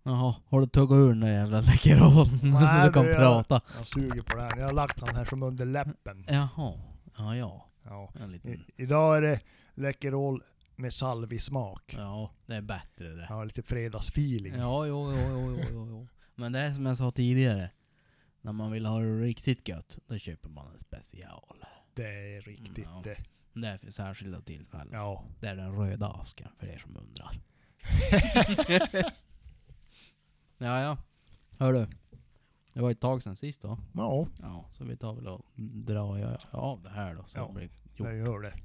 Jaha, har du tuggat ur den där jävla Läkerol? Så du kan prata. Jag suger på den. Jag har lagt den här som under läppen. Jaha, ja. Ja. En liten... Idag är det Läkerol med salvismak. Ja, det är bättre det. Ja, lite fredagsfeeling. Ja, jo. Men det är som jag sa tidigare. När man vill ha det riktigt gött, då köper man en special. Det är riktigt det. Det är för särskilda tillfällen. Ja. Det är den röda askan för er som undrar. Ja. Hör du. Det var ett tag sedan sist då. Ja. Ja, så vi tar väl och drar av det här då. Så Ja, blir det jag gör det.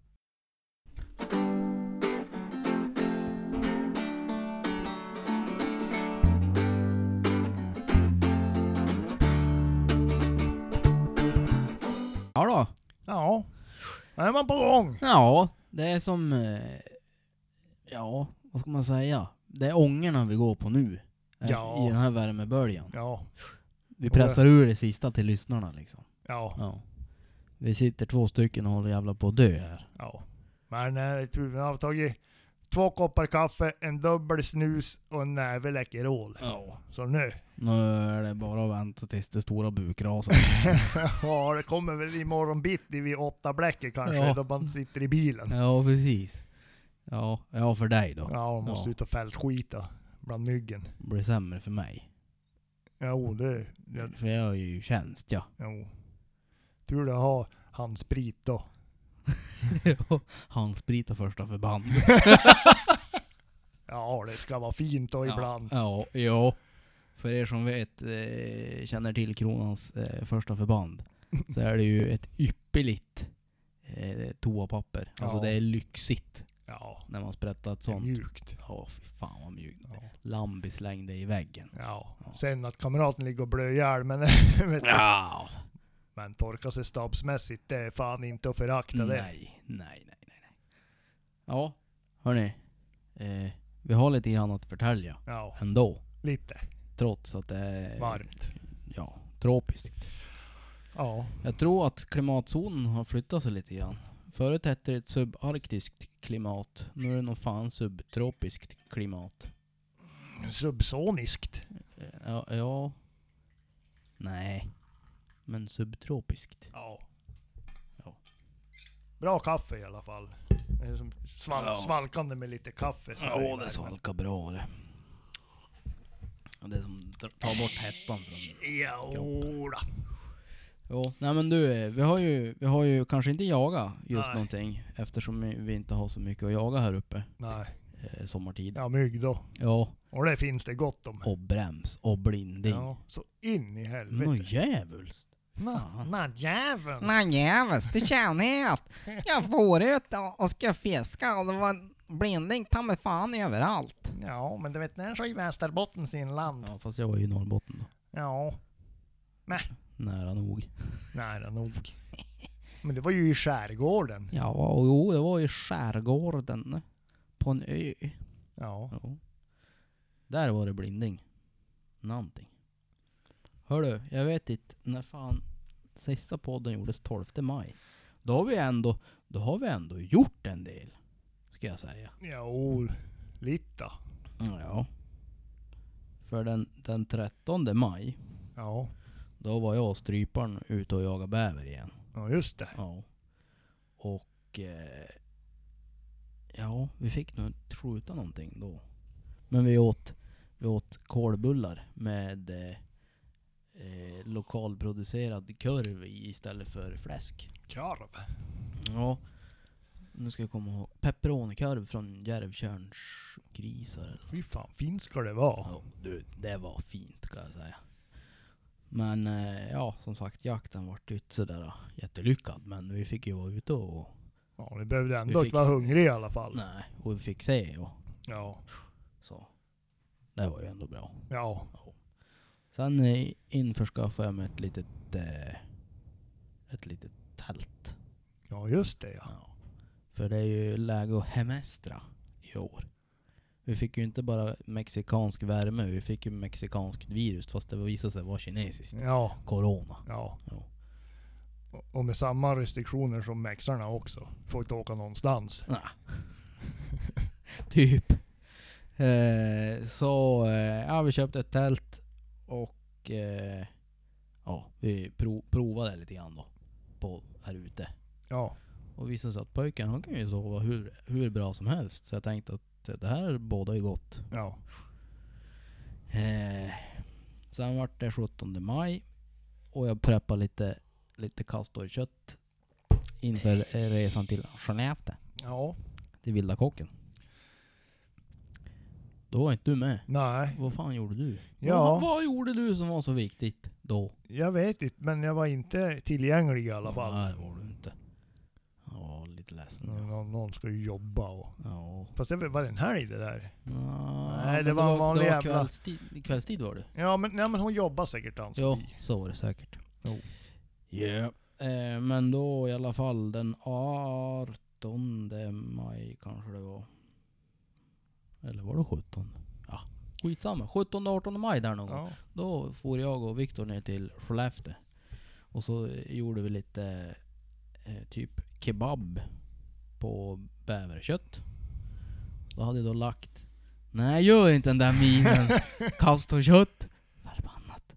Ja då. Ja. Då är man på gång. Ja, det är som... Ja, vad ska man säga? Det är ångerna vi går på nu. Ja. I den här värmeböljan. Ja. Vi pressar ur det sista till lyssnarna liksom. Ja. Vi sitter 2 stycken och håller jävla på att dö här. Ja. Men jag har tagit 2 koppar kaffe, en dubbel snus och en näve Läkerol. Ja. Så nu. Nu är det bara att vänta tills det stora bukraset. Ja, det kommer väl imorgon bitti vid 8 bläcker kanske. Ja. Då man sitter i bilen. Ja, precis. Ja, för dig då. Ja, man måste ut och fältskita bland myggen. Det blir sämre för mig. Jo, det... För jag är ju tjänst, ja. Jo. Tur det har handsprit då. Handsprit och första förband. Ja, det ska vara fint då ibland. Ja. För er som vet, känner till Kronans första förband, så är det ju ett ypperligt toapapper. Alltså det är lyxigt. Ja. När man sprättar ett sånt. Mjukt. Ja, fy fan vad mjukt. Ja. Lambi slängde i väggen. Ja. Sen att kamraten ligger och blöjer ihjäl, men vet du. Ja. Men torka sig stabsmässigt, det är fan inte att förakta det. Nej. Ja, hörni. Vi har lite grann att förtälja. Ja, ändå. lite. Trots att det är varmt. Ja, tropiskt. Ja. Jag tror att klimatzonen har flyttat sig lite grann. Förut hette det ett subarktiskt klimat. Nu är det nog fan subtropiskt klimat. Subsoniskt. Ja. Nej. Men subtropiskt. Ja. Ja. Bra kaffe i alla fall. Det är som svalkande med lite kaffe. Ja, det svalkar bra det. Och det som tar bort hettan från kroppen. Jo, nej men du, vi har ju kanske inte jagat just någonting eftersom vi inte har så mycket att jaga här uppe. Nej. Sommartid. Ja, mygg då. Ja. Och det finns det gott om. Och brems och blinding. Ja, så in i helvete. Nå jävulst. Jävels, det känner att jag får ut och ska fiska och det var blinding ta mig fan överallt. Ja, men du vet, när så i Västerbottens inland. Ja, fast jag var ju i Norrbotten då. Ja. Nej. Nära nog. Nära nog. Men det var ju i skärgården. Ja, jo, det var i skärgården. På en ö. Ja. Där var det blinding. Någonting. Hörru, jag vet inte när fan sista podden gjordes 12 maj. Då har vi ändå gjort en del, ska jag säga. Jo, lite. Ja. För den 13 maj. Ja. Då var jag och stryparen ute och jagade bäver igen. Ja, just det. Ja. Och vi fick nog inte skjuta någonting då. Men vi åt kolbullar med lokalproducerad korv istället för fläsk. Korv? Ja. Nu ska jag komma ihåg. Pepperonikorv från Järvtjörns grisar. Fy fan, fint ska det vara. Ja, du, det var fint kan jag säga. Men som sagt, jakten var inte sådär jättelyckad. Men vi fick ju vara ute och... Ja, vi behövde ändå inte vara hungriga i alla fall. Nej, och vi fick se och... Ja. Så. Det var ju ändå bra. Ja. Sen införskaffade jag mig ett litet tält. Ja, just det, ja. För det är ju läge att hemestra i år. Vi fick ju inte bara mexikansk värme, vi fick ju mexikansk virus, fast det visade sig vara kinesiskt. Ja. Corona. Ja. Och med samma restriktioner som mexarna också. Får inte åka någonstans. Nej. Typ. Ja, vi köpte ett tält och ja, vi provade lite grann då på här ute. Ja. Och visade sig att pojken, han kan ju sova hur bra som helst. Så jag tänkte att det här båda är gott. Ja. Sen var det 17 maj och jag preppade lite kastorkött inför resan till Skellefteå, Ja. till Vilda Kocken. Då var inte du med. Nej. Vad fan gjorde du? Ja. Vad gjorde du som var så viktigt då? Jag vet inte, men jag var inte tillgänglig i alla fall. Nej, det var du inte. Ja, lite ledsen. Någon ska ju jobba och... Ja. Fast det var en helg det där. Nej, Nej, det var en vanlig jävla... kvällstid var det. Ja, men hon jobbar säkert alltså. Ja, så var det säkert. Ja. Men då i alla fall den 18 maj kanske det var. Eller var det 17? Ja, skitsamma. 17-18 maj där någon gång. Ja. Då får jag och Viktor ner till Skellefteå. Och så gjorde vi lite typ kebab på bäverkött. Då hade jag då lagt... Nej, gör inte den där minen. Kastorkött. Förbannat.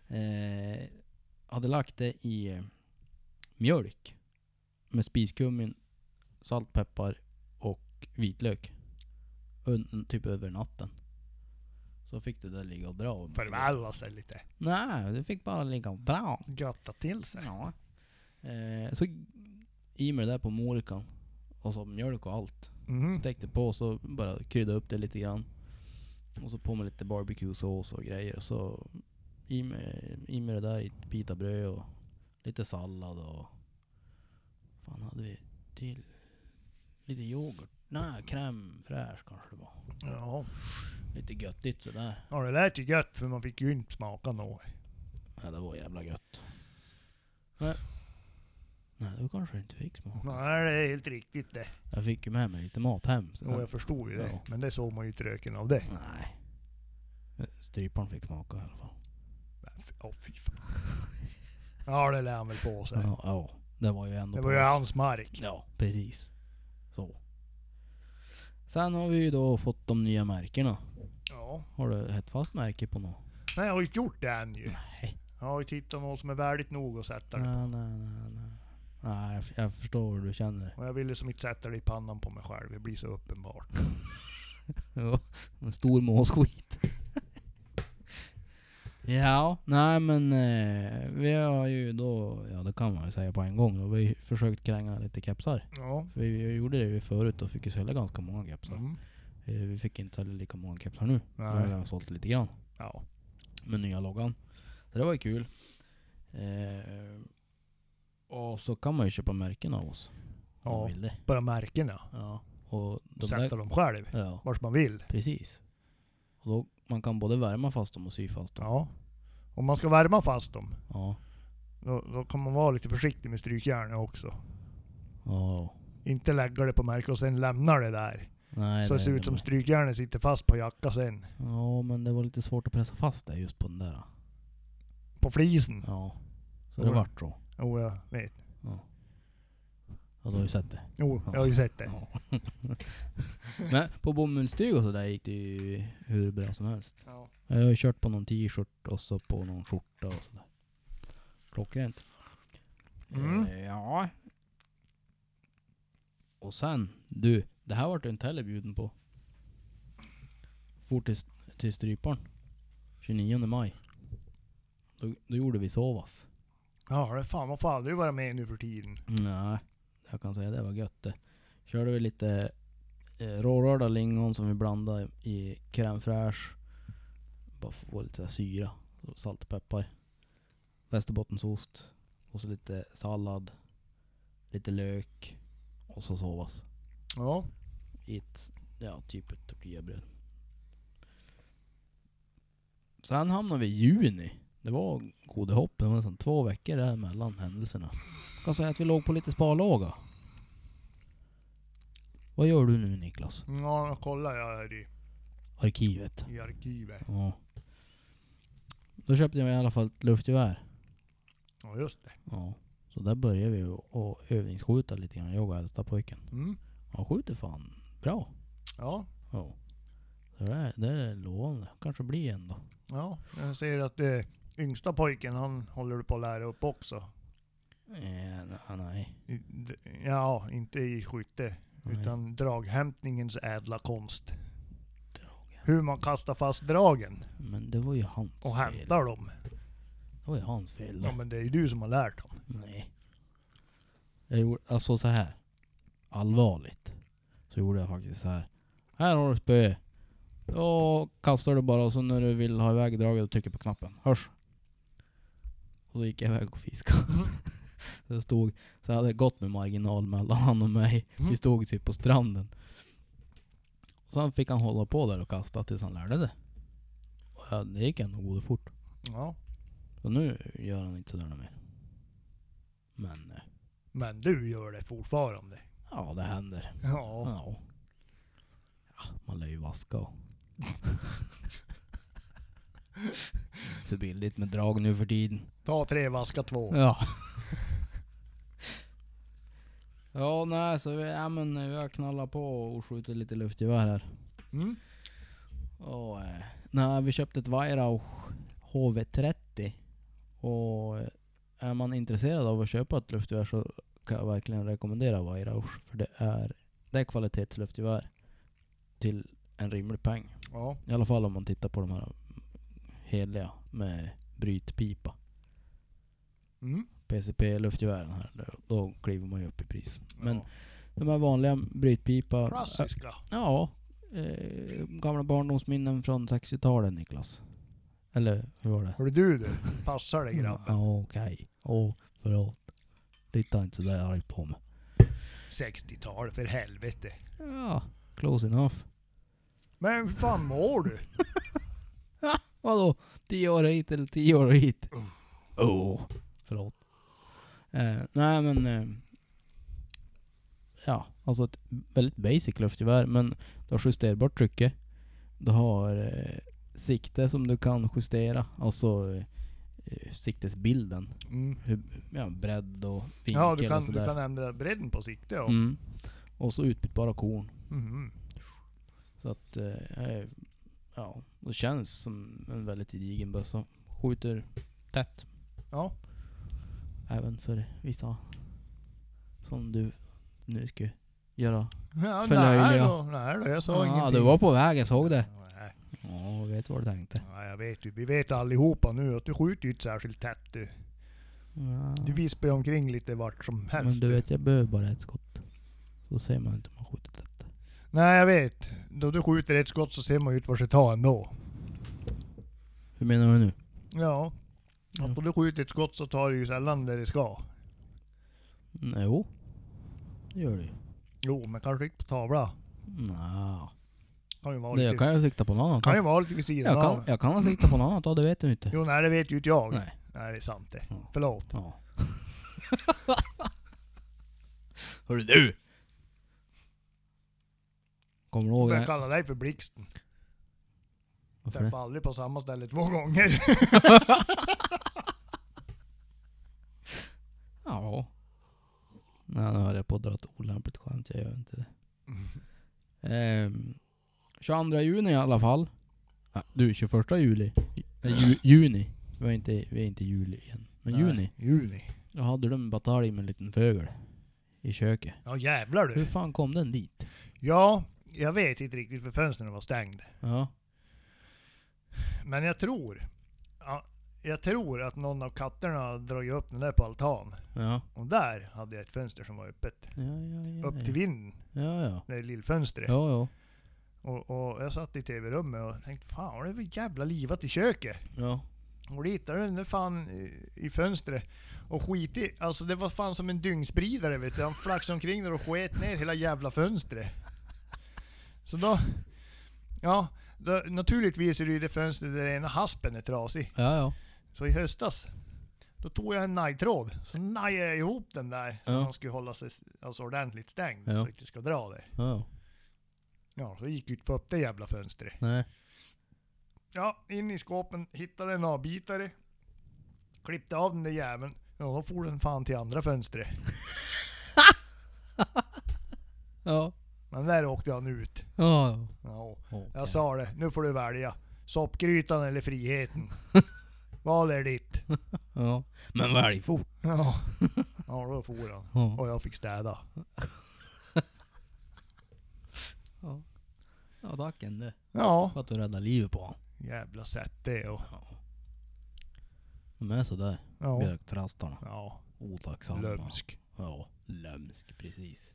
Hade lagt det i mjölk. Med spiskummin, salt, peppar och vitlök. Typ över natten. Så fick det där ligga och dra. Förvälla sig lite. Nej, det fick bara ligga och dra. Götta till sig. Ja. Så i med det där på morkan. Och så mjölk och allt. Stekte på så bara krydda upp det lite grann. Och så på med lite barbecue-sås och grejer. Så i med det där i ett bita bröd och lite sallad och... Fan hade vi till? Lite yoghurt. Nej, crème fraîche kanske det var. Ja. Lite göttigt sådär. Ja, det lät ju gött för man fick ju inte smaka något. Ja, det var jävla gött. Nej, det kanske inte fick smaka. Nej, det är helt riktigt det. Jag fick ju med mig lite mat hem. Så Jo, jag förstod ju det. Ja. Men det såg man ju inte röken av det. Nej. Stryparen fick smaka i alla fall. Åh, fy fan. Ja, det lär han väl på sig. Ja, det var ju ändå... Det var ju hans mark. Ja, precis. Så. Sen har vi ju då fått de nya märkena. Ja. Har du ett fast märke på något? Nej, jag har ju inte gjort det än ju. Nej. Jag har ju tittat något som är värdigt nog att sätta det på. Nej, jag förstår hur du känner. Och jag ville som inte sätta det i pannan på mig själv. Det blir så uppenbart. Ja, en stor måsskit. Ja, nej men vi har ju då, ja det kan man ju säga på en gång då, vi har ju försökt kränga lite kepsar. Ja. För vi gjorde det ju förut och fick ju sälja ganska många kepsar. Mm. Vi fick inte sälja lika många kepsar nu. Nej. Men vi har sålt lite grann Ja. med nya loggan. Så det var ju kul. Och så kan man ju köpa märken av oss. Om man Ja. vill det. Bara märkena. Ja. Och de Sätta dem själv. ja, Vart man vill. precis. Och då man kan både värma fast dem och sy fast dem. Ja. Om man ska värma fast dem. Ja. Då kan man vara lite försiktig med strykjärnet också. Ja. Inte lägga det på märke och sen lämna det där. Nej, Så det ser ut som strykjärnet sitter fast på jacka sen. Ja, men det var lite svårt att pressa fast det just på den där. På flisen. Ja. Så det Ja. vart så. Jo, jag vet. Ja. Ja, du har ju sett det. Jo, jag har ju sett det. Ja. Men på bomullstyg och så där gick det ju hur bra som helst. Ja. Jag har ju kört på någon t-shirt och så på någon skjorta och sådär. Klockrent. Ja. Och sen, du, det här vart du inte heller bjuden på. For till stryparen. 29 maj. Då gjorde vi sovas. Ja, det fan, man får aldrig vara med nu för tiden. Nej, jag kan säga det var gött det. Körde vi lite rårörda lingon som vi blandade i crème fraîche. Bara för att få lite så här syra. Salt och peppar. Västerbottensost. Och så lite sallad. Lite lök. Och så sovas. Ja. I ett, ja, typ ett tortillabröd. Sen hamnade vi i juni. Det var goda hopp. Det var nästan 2 veckor där mellan händelserna. Jag kan säga att vi låg på lite sparlåga. Vad gör du nu, Niklas? Ja, jag kollar jag här Arkivet. i arkivet. Ja. Då köpte jag i alla fall ett luftgevär. Ja, just det. Ja. Så där började vi och övningsskjuta lite grann. Jag och äldsta pojken. Mm. Han skjuter fan bra. Ja. Ja. Så det är lovande. Kanske blir en då. Ja, jag ser att det yngsta pojken, han håller på att lära upp också. Nej. Ja, inte i skytte. Nej. Utan draghämtningens ädla konst. Hur man kastar fast dragen Men det var ju hans och fel. hämtar dem. Det var ju hans fel då. Ja, men det är ju du som har lärt dem. Nej. Jag gjorde, alltså så här. Allvarligt. Så gjorde jag faktiskt så här. Här har du spö. Då kastar du bara och så när du vill ha iväg draget och trycker på knappen. Hörs. Och så gick jag iväg och fiskade. Så jag hade gått med marginal mellan han och mig. Vi stod typ på stranden. Och sen fick han hålla på där och kasta tills han lärde sig. Och ja, det gick ändå både fort. Ja. Så nu gör han inte sådär mer. Men du gör det fortfarande. ja, det händer. Ja. Ja, man lär ju vaska och så billigt med drag nu för tiden. Ta 3, vaska 2. Ja. Ja, nej, så vi har knallat på och skjutit lite luftgevär här. Mm. Och nej, vi köpte ett Weihrauch HV30. Och är man intresserad av att köpa ett luftgevär så kan jag verkligen rekommendera Weihrauch. För det är kvalitetsluftgevär till en rimlig peng. Ja. I alla fall om man tittar på de här heliga med brytpipa. Mm. PCP-luftgevären här. Då kliver man ju upp i pris. Men Ja. de här vanliga brytpipa. Klassiska. Ja. Gamla barndomsminnen från 60-talet, Niklas. Eller hur var det? Hör du? Passar det, grabben. Ja, okej. Förlåt. Titta inte så där arg på mig. 60-tal, för helvete. Ja, close enough. Men hur fan mår du? Vadå? 10 år hit eller 10 år hit? Förlåt. Nej men... ja, alltså ett väldigt basic luftgevär. Men du har justerbart trycke. Du har sikte som du kan justera. Alltså siktesbilden. Mm. Bredd och vinkel Ja, du och sådär. kan ändra bredden på sikte. Ja. Mm. Och så utbytbara korn. Mm. Så att ja, det känns som en väldigt gedigen bössa. Skjuter tätt. Ja. Även för vissa som du nu ska göra. Ja, Förlöjliga. nej då, jag sa ingenting. Du var på väg, jag såg det. Nej. Ja, jag vet vad du tänkte. Ja, jag vet ju. Vi vet allihopa nu att du skjuter ju inte särskilt tätt. Du vispar ju omkring lite vart som helst. Men du vet, jag behöver bara ett skott. Så ser man inte om man skjuter tätt. Nej, jag vet. Då du skjuter ett skott så ser man ju ut var sig ta ändå. Hur menar du nu? Ja. Ja. Att då du skjuter ett skott så tar du ju sällan där det ska. Jo, det gör det ju. Jo, men kanske inte på tavla. Nja. Kan ju vara Det lite, jag kan ju sikta på något annat. kan ju vara lite vid sidan av. Jag kan sikta på något annat, det vet du inte. Jo, nej, det vet ju inte jag. Nej. Nej, det är sant det. Ja. Förlåt. Ja. Hörru du! Kommer du ihåg Jag det? kallar dig för Blixten. Varför Jag det? var aldrig på samma ställe 2 gånger. Ja. Nej, nu har jag på att dra ett olämpligt skämt, jag gör inte det. 22 juni i alla fall. Ja, du, 21 juli. Juni. Vi är inte juli igen. Men Nej, juni. Juni. Då hade de en batalj med en liten fågel i köket. Ja, jävlar Hur du. fan kom den dit? Ja, jag vet inte riktigt för fönstren var stängd. Ja. Men jag tror att någon av katterna drog upp den där på altan. Ja. Och där hade jag ett fönster som var öppet. Ja. Upp till vinden. Ja. Det lillfönstret. Ja. Och jag satt i tv-rummet och tänkte, fan det är väl jävla livat i köket. Ja. Och hittade den där fan i fönstret. Och skitig, alltså det var fan som en dyngspridare vet du. Han flaxade omkring där och sket ner hela jävla fönstret. Så då, naturligtvis är det ju det fönstret där ena haspen är trasig. Ja. Så i höstas, då tog jag en najtråd. Så najade jag ihop den där. Så Ja. man skulle hålla sig alltså ordentligt stängd. Ja. Så att det inte ska dra där. Ja. Ja, så gick ut på upp det jävla fönstret. Nej. Ja, in i skåpen, hittade en avbitare. Klippte av den där jäveln. Ja, då får den fan till andra fönstret. Ja. Men där åkte han ut. Ja. Ja. Okej. Jag sa det, nu får du välja. Soppgrytan eller friheten. Val är ditt. Ja. Men välj fort. Ja, ja då for han. Ja. Och jag fick städa. Ja, tacken det. Ja, För att du räddade livet på honom. jävla sätt det och... Ja. De är sådär. Ja, Björktrastarna. ja. Otacksamma. Lömsk. Ja, lömsk precis.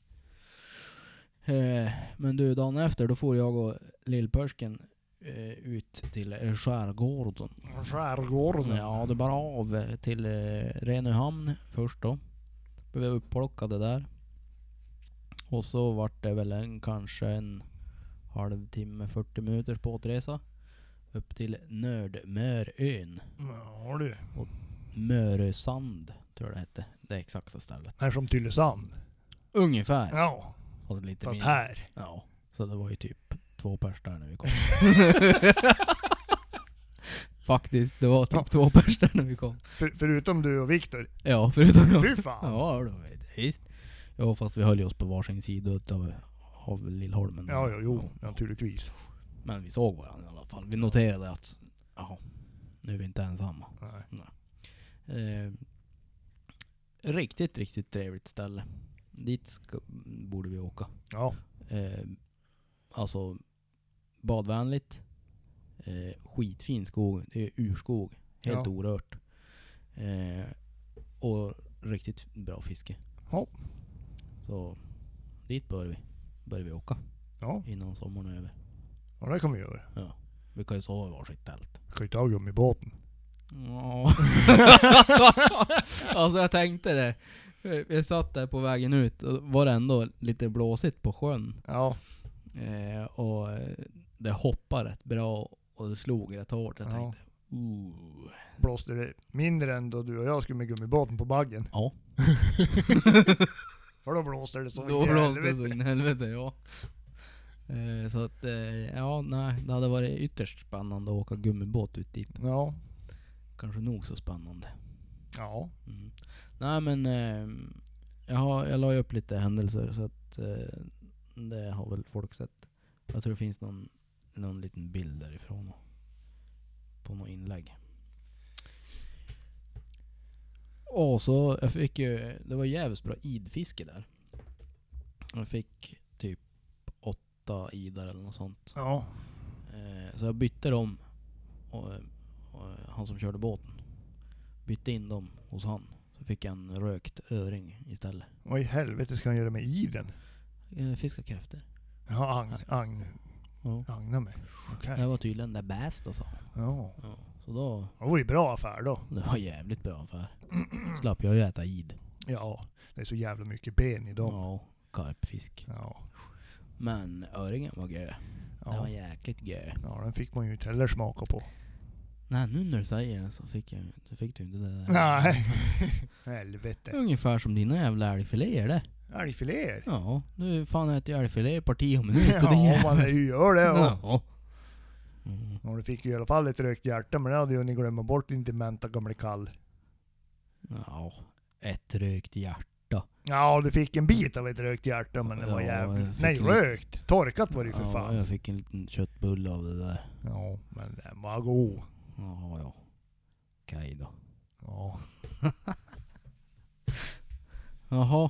Men du, dagen efter då får jag och Lillpörsken ut till skärgården. Skärgården. Ja, det bara av till Renöhamn först då. Blev jag upplockade där. Och så vart det väl kanske en halvtimme, 40 minuters båtresa. Upp till Nördmörön. Ja du. Mörösand tror jag det hette. Det exakta stället. Här som Tylösand. Ungefär. Ja, Och lite fast mindre. här. Ja, så det var ju typ 2 pers där när vi kom. Faktiskt, det var typ Ja. 2 pers där när vi kom. Förutom du och Viktor. Ja, förutom jag. Fy fan. Ja, då vet jag. Visst. Ja, fast vi höll ju oss på varsin sida av Lillholmen. Ja, jo, naturligtvis. Men vi såg varandra i alla fall. Vi noterade att jaha, nu är vi inte ensamma. Nej. Riktigt, riktigt trevligt ställe. Dit borde vi åka. Ja, Alltså badvänligt. Skitfin skog. Det är urskog. Helt Ja. orört. Och riktigt bra fiske. Ja. Så dit bör vi åka ja. innan sommaren är över. Ja, det kan vi göra. Ja. Vi kan ju sova i varsitt tält. Vi kan ju ta gummibåten. Ja. Alltså jag tänkte det. Vi satt där på vägen ut och var det ändå lite blåsigt på sjön. Ja, Och det hoppade rätt bra och det slog rätt hårt. Jag Ja. tänkte, blåste det mindre än då du och jag skulle med gummibåten på baggen. ja. För då blåste det så Då blåste det helvete. så in i helvete, ja. Så att, ja, nej, det hade varit ytterst spännande att åka gummibåt ut dit. Ja, Kanske nog så spännande. ja. Mm. Nej men, jag la ju upp lite händelser så att det har väl folk sett. Jag tror det finns någon liten bild därifrån på något inlägg. Och så jag fick ju, det var jävligt bra idfiske där. Jag fick typ 8 idar eller något sånt. Ja, Så jag bytte dem och han som körde båten bytte in dem hos han. Så fick jag en rökt öring istället. vad i helvete ska han göra med iden? Fiska kräftor. Ja, Ja. agna mig. Okej. Det var tydligen det bästa, sa han. Ja, Ja. Så då, det var ju bra affär då. det var jävligt bra affär. Slapp jag ju äta id. Ja, det är så jävla mycket ben i dem. Ja, karpfisk. Ja, Men öringen var gö. Det var ja. jäkligt gö. Ja, den fick man ju inte heller smaka på. Nej, nu när du säger det så fick du inte det där. Nej, helvete. Ungefär som dina jävla älgfiléer det. Älgfiléer? Ja, du fan äter ju älgfilé parti om minut. Ja, man gör det. Ja. Ja. Mm. Ja, du fick ju i alla fall ett rökt hjärta, men det hade ju ni glömt bort, inte menta gamle kall. Ja, ett rökt hjärta. Ja, du fick en bit av ett rökt hjärta, men det var Ja, jag jävligt... fick Nej, en- rökt! Torkat var det ju för Ja, fan. jag fick en liten köttbulle av det där. Ja, men den var god. Ja. Okej då. Ja. Jaha.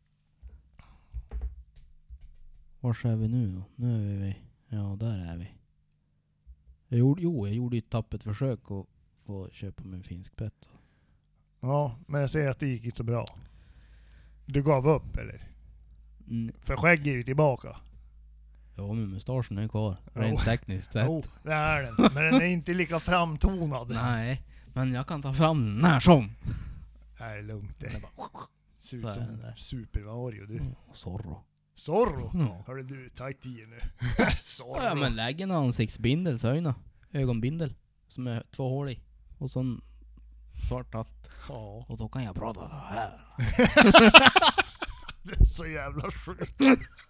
Var är vi nu då? Nu är vi... Ja, där är vi. Jag gjorde ju ett tappert försök att få köpa mig en finsk pett. Ja, men jag säger att det gick inte så bra. Du gav upp, eller? För skägg är ju tillbaka. Ja, men mustaschen är kvar. Jo. Rent tekniskt sett. Jo, det är den. Men den är inte lika framtonad. Nej, men jag kan ta fram den när som. Det är lugnt Det är det. bara... Ser så ut är som det där. Super Mario du. Zorro. Zorro! Ja. Hörru du, tajt i nu. Zorro. Ja, men lägg en ansiktsbindel, söjna. Ögonbindel. Som är 2 hål i. Och så en svart hatt. Ja, Och då kan jag prata så här. det är så jävla sjukt.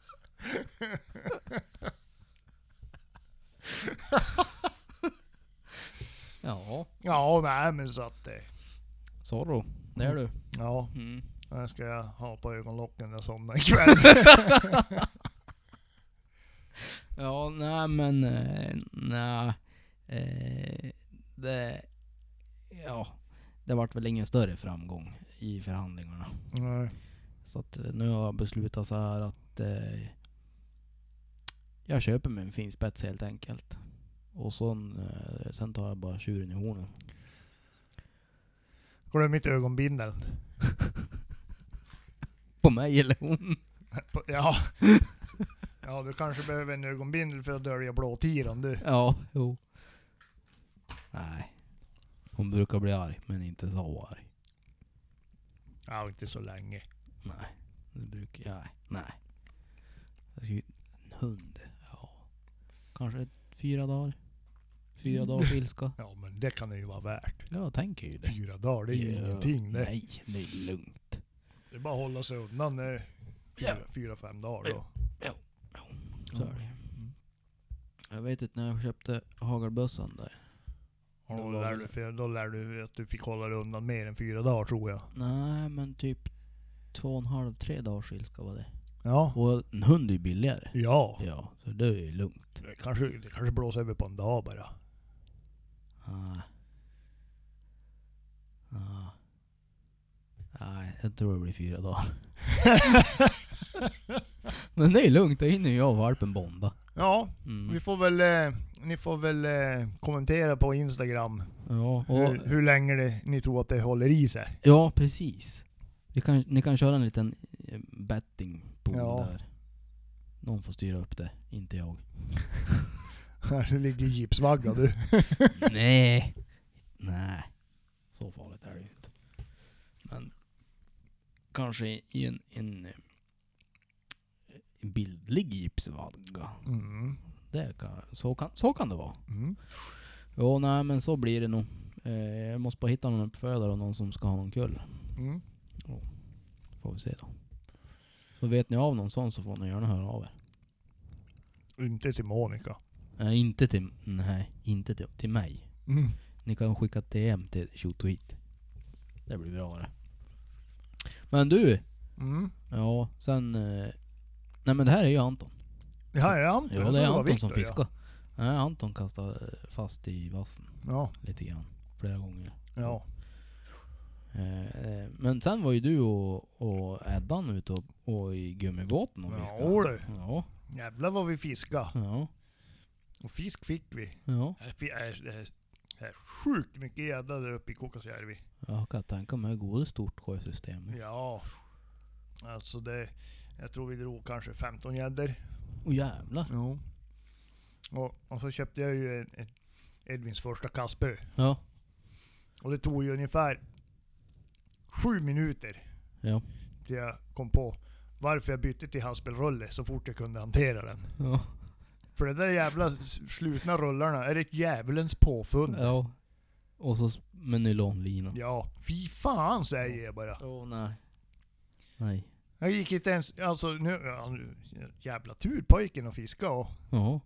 Ja, Ja, nej men så att Zorro. Det är du. ja, Mm. det ska jag ha på ögonlocken när jag somnar ikväll. Ja, nej men... nej. Det vart väl ingen större framgång i förhandlingarna. Nej. Så att nu har jag beslutat så här att jag köper mig en fin spets helt enkelt. Och sen tar jag bara tjuren i hornen. Glöm inte ögonbindeln. På mig eller hon? Ja. Ja, du kanske behöver en ögonbindel för att dölja blåtiran du. Ja, jo. Nej. Hon brukar bli arg, men inte så arg. Ja, inte så länge. Nej. Det brukar jag. Nej. Jag ska ju en hund. Ja. Kanske 4 dagar. 4 dagars ilska. Ja, men det kan det ju vara värt. Jag tänker ju det. 4 dagar, det är ju ingenting det. Nej, det är lugnt. Det är bara att hålla sig undan 4-5 dagar då. Så är det. Jag vet inte när jag köpte hagelbössan där. Då lär du att du fick hålla dig undan mer än 4 dagar tror jag. Nej, men typ 2,5-3 dagars ilska var det. Ja. Och en hund är ju billigare. Ja. Ja, så det är ju lugnt. Det kanske blåser över på en dag bara. Nej, jag tror det blir 4 dagar. Men det är lugnt, då hinner jag och valpen bonda. Ja, Mm. ni får väl kommentera på Instagram Ja, hur länge ni tror att det håller i sig. ja, precis. Ni kan köra en liten betting på där. Någon får styra upp det, inte jag. Här ligger gipsvagga du. Nej. Så farligt är det ju inte. Men kanske i en bildlig gipsvagga. Mm. Så kan det vara. Mm. Jo, nej men så blir det nog. Jag måste bara hitta någon uppfödare och någon som ska ha någon kull. Mm. Får vi se då. Så vet ni av någon sån så får ni gärna höra av er. Inte till Monica. Inte till mig. Mm. Ni kan skicka ett DM till Shootweet. Det blir bra det. Men du. Mm. Ja, sen... nej men det här är ju Anton. Det här är Anton. Ja, det är Anton Victor, som fiskar. Ja. Anton kastar fast i vassen. Ja. Lite grann. Flera gånger. Ja. Men sen var ju du och Eddan ute och i gummibåten och fiskade. Ja, du. Ja. Jävlar vad vi fiskade. Ja. Och fisk fick vi. Ja. Det är sjukt mycket gädda där uppe i Kokasjärvi. Jag kan tänka mig god ett stort sjösystem. Ja. Alltså jag tror vi drog kanske 15 gäddor. Åh jävlar. Ja. Och så köpte jag ju Edvins första kastspö. Ja. Och det tog ju ungefär 7 minuter Ja. till jag kom på varför jag bytte till haspelrulle så fort jag kunde hantera den. Ja. För det där jävla slutna rullarna är ett djävulens påfund. Ja. Och så med nylonlina. Ja, fy fan säger jag bara. Nej. Nej. Jag gick inte ens, alltså nu, jävla tur pojken att fiska och Ja.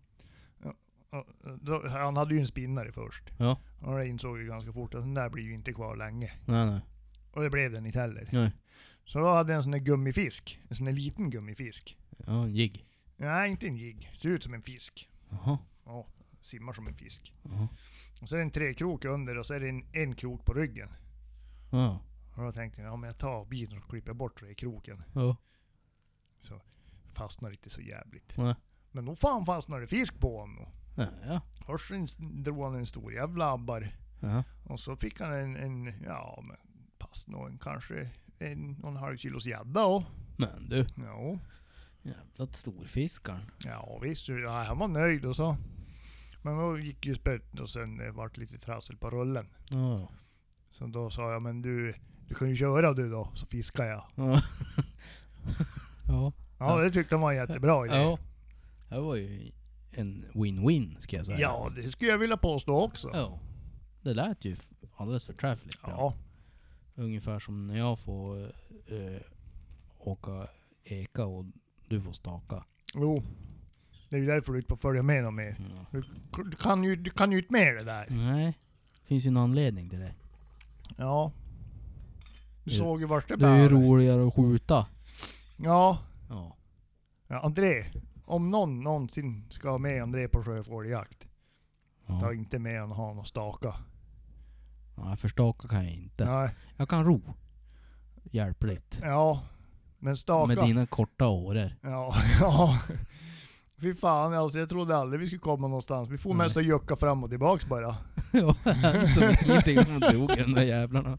han hade ju en spinnare först. Ja. Och det insåg ju ganska fort att den där blir ju inte kvar länge. Nej. Och det blev den inte heller. Nej. Så då hade jag en sån där gummifisk. En sån där liten gummifisk. Ja, en jigg. Nej, inte en jigg. Ser ut som en fisk. Jaha. Ja, simmar som en fisk. Jaha. Och så är det en 3-krok under och så är det en krok på ryggen. Ja. Och då tänkte jag, ja men jag tar bilen och klipper bort 3-kroken. Ja. Så fastnar inte så jävligt. Nej. Men då fan fastnade det fisk på honom. Ja. Först drog han en stor jävla abbar. Ja. Och så fick han en pass nog kanske 1,5 kilos gädda och. Men du. Ja. Jävla storfiskaren. Ja visst, ja, han var nöjd och så. Men då gick ju spött och sen vart lite trassel på rullen. Ja. Så då sa jag, men du kan ju köra du då, så fiskar jag. Ja. Ja. Ja, det tyckte han var en jättebra idé. Ja. Det var ju en win-win ska jag säga. Ja, det skulle jag vilja påstå också. Ja. Det lät ju alldeles förträffligt bra. Ja. Ungefär som när jag får åka eka och du får staka. Jo. Det är ju därför du inte får följa med någon mer. Ja. Du kan ju inte med det där. Nej. Finns ju en anledning till det. Ja. Du såg ju vart det Det är ju bär. roligare att skjuta. Ja. Ja. Ja, André. om någon någonsin ska ha med André på sjöfågeljakt, ta Ja. inte med han och ha någon staka. Ja, för staka kan jag inte. Nej, Jag kan ro. Hjälpligt. ja. Men staka. Med dina korta årer. Ja, ja. Fy fan alltså, jag trodde aldrig vi skulle komma någonstans. Vi får Nej. mest att jucka fram och tillbaks bara. Ja, så ingenting som drog de där jävlarna.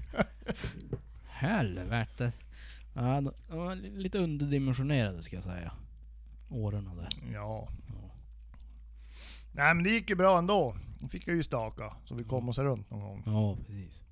Helvete. Ja, de var lite underdimensionerade ska jag säga. Åren där. Ja. Ja. Nej men det gick ju bra ändå. Då fick jag ju staka, så vi kom oss runt någon gång. Ja, precis.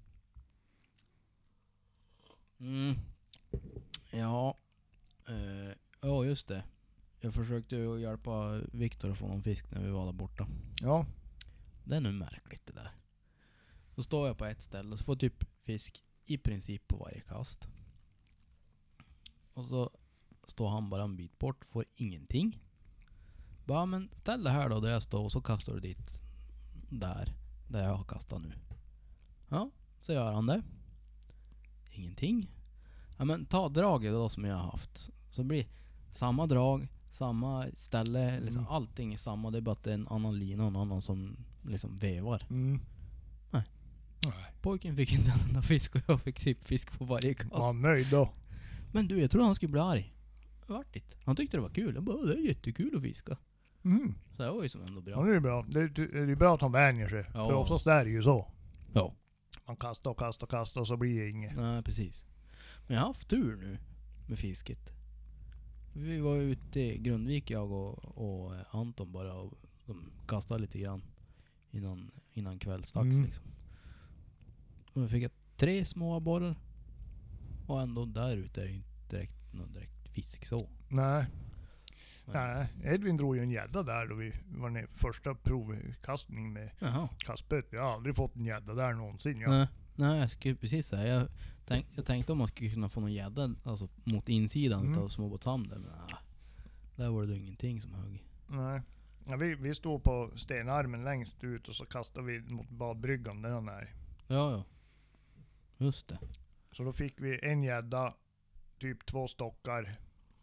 Ja. Ja, just det. Jag försökte ju hjälpa Viktor att få någon fisk när vi var där borta. Ja. Det är nu märkligt det där. Så står jag på ett ställe och får typ fisk i princip på varje kast. Och så står han bara en bit bort, får ingenting. Bara, men ställ det här då där jag står och så kastar du dit där jag har kastat nu. Ja, så gör han det. Ingenting. Ja men ta draget då som jag har haft. Så blir samma drag, samma ställe, liksom allting är samma. Det är bara att det är en annan lina och en annan som liksom vevar. Mm. Nej. Nej. Pojken fick inte en enda fisk och jag fick sippfisk på varje kast. Var han nöjd då? Men du, jag tror han skulle bli arg. Vart det? Han tyckte det var kul. Han bara, det är jättekul att fiska. Mm. Så det var ju som ändå Ja, bra. det är bra. Det är bra att han vänjer sig. Ja. För oftast är det ju så. Ja. Man kastar och kastar och kastar och så blir det inget. Nej, precis. Men jag har haft tur nu med fisket. Vi var ute i Grundvik, jag och Anton bara, och de kastade lite grann innan kvällsdags liksom. Och vi fick 3 små abborrar. Och ändå där ute är det inte någon direkt fisk så. Nej. Men- Nej. Edvin drog ju en gädda där då vi var ner första provkastning med Jaha. kastspett. Jag har aldrig fått en gädda där någonsin. Nej, jag skulle precis säga. Jag tänkte om man skulle kunna få någon gädda alltså mot insidan av småbåtshamnen. Men där var det då ingenting som högg. Nej. Ja, vi stod på stenarmen längst ut och så kastade vi mot badbryggan där han är. Ja. Just det. Så då fick vi en gädda, typ 2 stockar.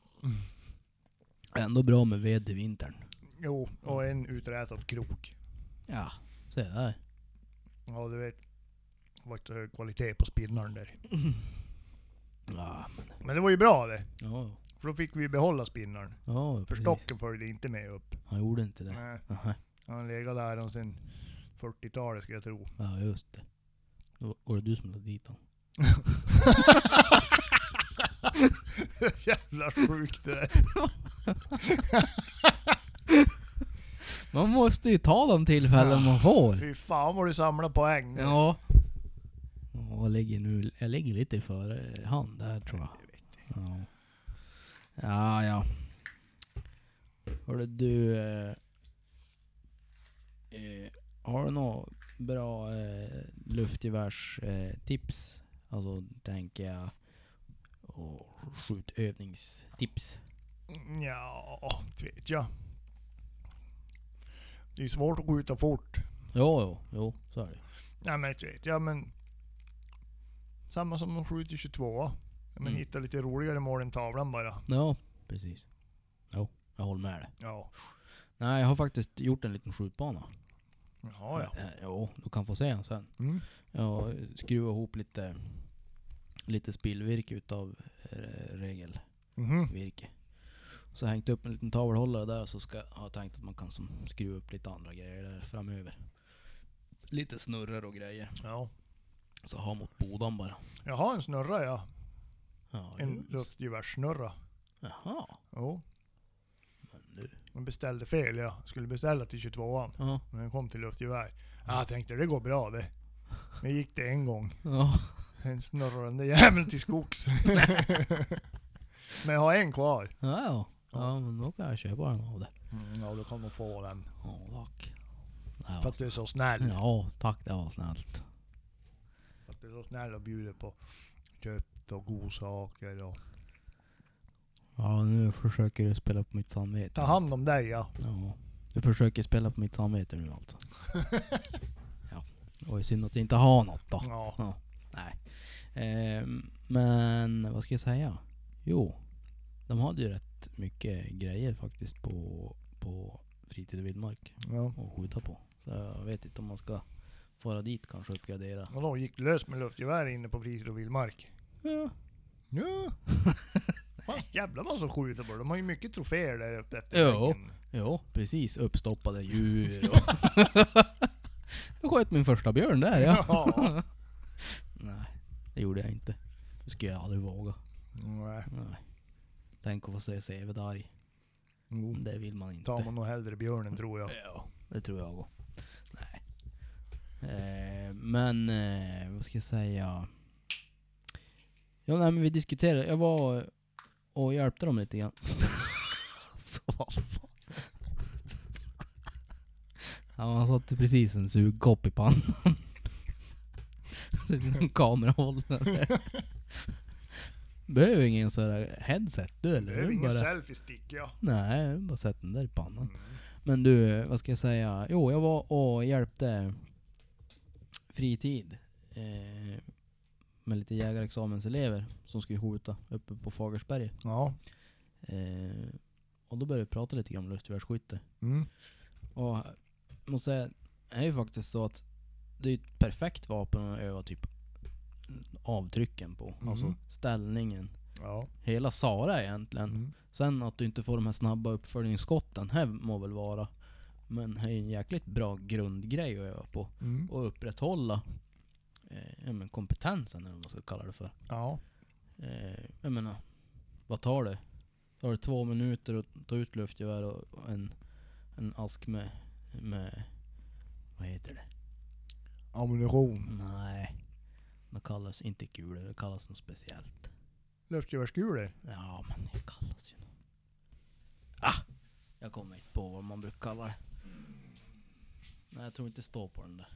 Ändå bra med ved i vintern. Jo, och en uträtad krok. Ja, se där. Ja, du vet. Det var inte så hög kvalitet på spinnaren där. Ja, Men det var ju bra det. ja. För då fick vi behålla spinnaren. Ja, För precis. stocken följde inte med upp. Han gjorde inte det. Nej. Aha. Han legat där sedan 40-talet ska jag tro. Ja, just det. Då var det du som lade dit honom. Jävla sjukt det är. Man måste ju ta de tillfällen man får. Fy fan vad du samlar poäng. Ja. Jag ligger lite före han där tror jag. Ja. Hörru du, har du några bra luftgevärs tips? Alltså tänker jag, och skjutövningstips. Ja, vet jag. Det är svårt att skjuta fort. Jo, så är det. Ja men vet jag, men samma som de skjuter 22. Men hitta lite roligare mål än tavlan bara. Ja, precis. Jo, jag håller med dig. Ja. Nej, jag har faktiskt gjort en liten skjutbana. Jaha ja. Jo, du kan få se den sen. Mm. Jag skruvar ihop lite spillvirke utav regelvirke. Så hängt upp en liten tavelhållare där, så har jag tänkt att man kan skruva upp lite andra grejer där framöver. Lite snurrar och grejer. Ja. Så ha mot bodan bara. Jag har en snurra ja. Ja, En luftgevärssnurra. Jaha. Jo. Men du. Jag beställde fel. Jag skulle beställa till 22an. Ja. Men den kom till luftgevär. Jag tänkte det går bra det. Men gick det en gång. Ja. Sen snurrade den där jäveln till skogs. Men jag har en kvar. Ja, men då kan jag köpa den av det. Ja, då kan man få den. Ja, tack. För att du är så snäll. Ja, tack, det var snällt. För att du är så snäll och bjuder på kött och godsaker. Och Ja, nu försöker du spela på mitt samvete. ta hand om dig ja. Ja, du försöker spela på mitt samvete nu alltså. Ja, det var ju synd att jag inte har något då. Ja. Nej. Men vad ska jag säga? Jo, de hade ju rätt rätt mycket grejer faktiskt på fritid och vildmark Ja. och skjuta på. Så jag vet inte om man ska fara dit kanske och uppgradera. Och då gick det lös med luftgevär inne på fritid och vildmark. Ja. Ja. Fan, jävlar man så skjuter på. De har ju mycket troféer där uppe efter Ja. väggen. Ja, precis. Uppstoppade djur och jag sköt min första björn där, ja. Ja. Nej, det gjorde jag inte. Det skulle jag aldrig våga. Nej. Nej. Tänk att få se Sävedarg. Jo. Det vill man inte. Tar man nog hellre björnen tror jag. Ja, det tror jag också. Nej. Men vad ska jag säga? Ja, nej, men vi diskuterade. Jag var och hjälpte dem lite grann. Så vad fan. Ja, han satte precis en sugkopp i pannan. En kamerahållare. Behöver ingen sån här headset du eller? Det är ingen bara... selfie-stick ja. Nej, jag bara sätt den där i pannan. Mm. Men du, vad ska jag säga? Jo, jag var och hjälpte fritid med lite jägarexamenselever som skulle skjuta uppe på Fagersberg. Ja. Och då började vi prata lite grann om luftgevärsskytte. Mm. Och jag måste säga, det är ju faktiskt så att det är ett perfekt vapen att öva typ avtrycken på. Mm. Alltså ställningen. Ja. Hela Sara egentligen. Mm. Sen att du inte får de här snabba uppföljningsskotten, här må väl vara. Men det är en jäkligt bra grundgrej att öva på. Mm. Och upprätthålla men kompetensen eller vad man ska kalla det för. Ja. Jag menar, vad tar det? Tar det 2 minuter att ta ut luftgevär och en ask med vad heter det? Ammunition. Nej, det kallas inte kulor, det kallas något speciellt. Luftgevärskulor. Ja, men det kallas ju något. Jag kommer inte på vad man brukar kalla det. Nej, jag tror inte det står på den där.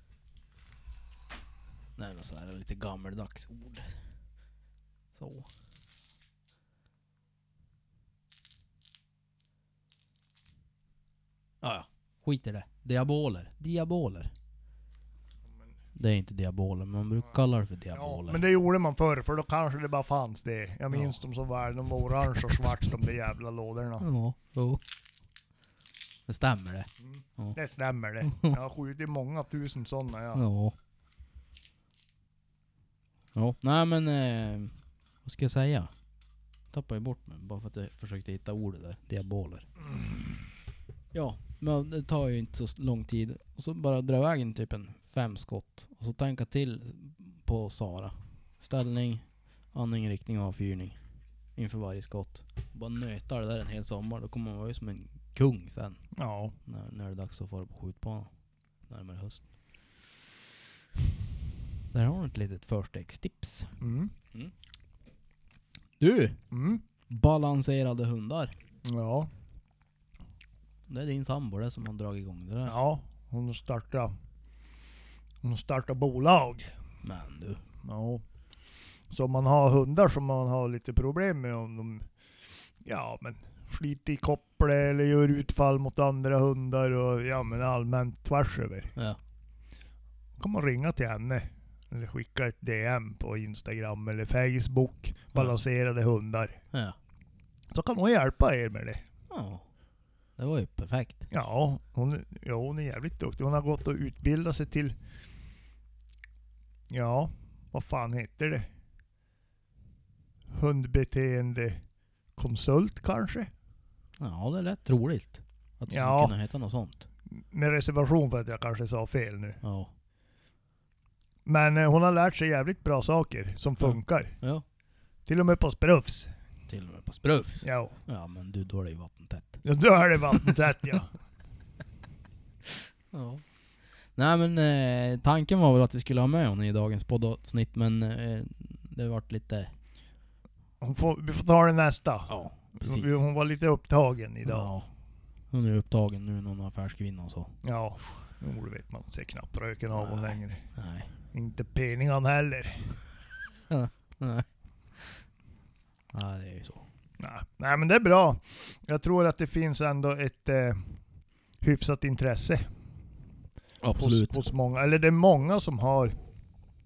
Nej, men så här lite gammeldags ord. Så. Ja. Skit i det. Diaboler. Det är inte diaboler, men man brukar kalla det för Ja, diaboler. men det gjorde man förr, för då kanske det bara fanns det. Jag minns dem som var, de var orange och svart, de där jävla lådorna. Ja, jo. Det stämmer det. Mm. Ja. Det stämmer det. Jag har skjutit många tusen sådana, ja. Ja. Ja, nej men vad ska jag säga? Tappade jag bort mig bara för att jag försökte hitta ordet där. Diaboler. Ja, men det tar ju inte så lång tid. Och så bara dra vägen typ en 5 skott. Och så tänka till på Sara. Ställning, andning, riktning och avfyrning. Inför varje skott. Bara nöta det där en hel sommar. Då kommer man vara ju som en kung sen. Ja. När det är dags att fara på skjutbanan. Närmare höst. Där har du ett litet förstegstips. Mm. Du! Mm. Balanserade hundar. Ja. Det är din sambo det som har dragit igång det där. Ja, hon startar bolag. Men du. Ja. Så om man har hundar som man har lite problem med, om de sliter i koppel eller gör utfall mot andra hundar och men allmänt tvärs över. Ja. Då kan man ringa till henne eller skicka ett DM på Instagram eller Facebook, balanserade hundar. Ja. Så kan hon hjälpa er med det. Ja. Det var ju perfekt. Ja, hon är jävligt duktig. Hon har gått och utbildat sig till, vad fan heter det? Hundbeteendekonsult kanske? Ja, det är lätt troligt. Att det Ja. skulle kunna heta något sånt. Med reservation för att jag kanske sa fel nu. Ja. Men hon har lärt sig jävligt bra saker som funkar. Ja. Till och med på sprufs. Till och med på sprufs. Ja. Ja, men du, då är det ju vattentätt. Ja, då är det vattentätt ja. Ja. Nej men tanken var väl att vi skulle ha med hon i dagens poddavsnitt, men det vart lite... Vi får ta det nästa. Ja, precis. Hon var lite upptagen idag. Ja. Hon är upptagen nu, någon affärskvinna och så. Ja. Nu vet man ser knappt röken av hon längre. Nej. Inte peningen heller. Nej. Nej, det är ju så. Nej men det är bra. Jag tror att det finns ändå ett hyfsat intresse. Absolut. Hos många. Eller det är många som har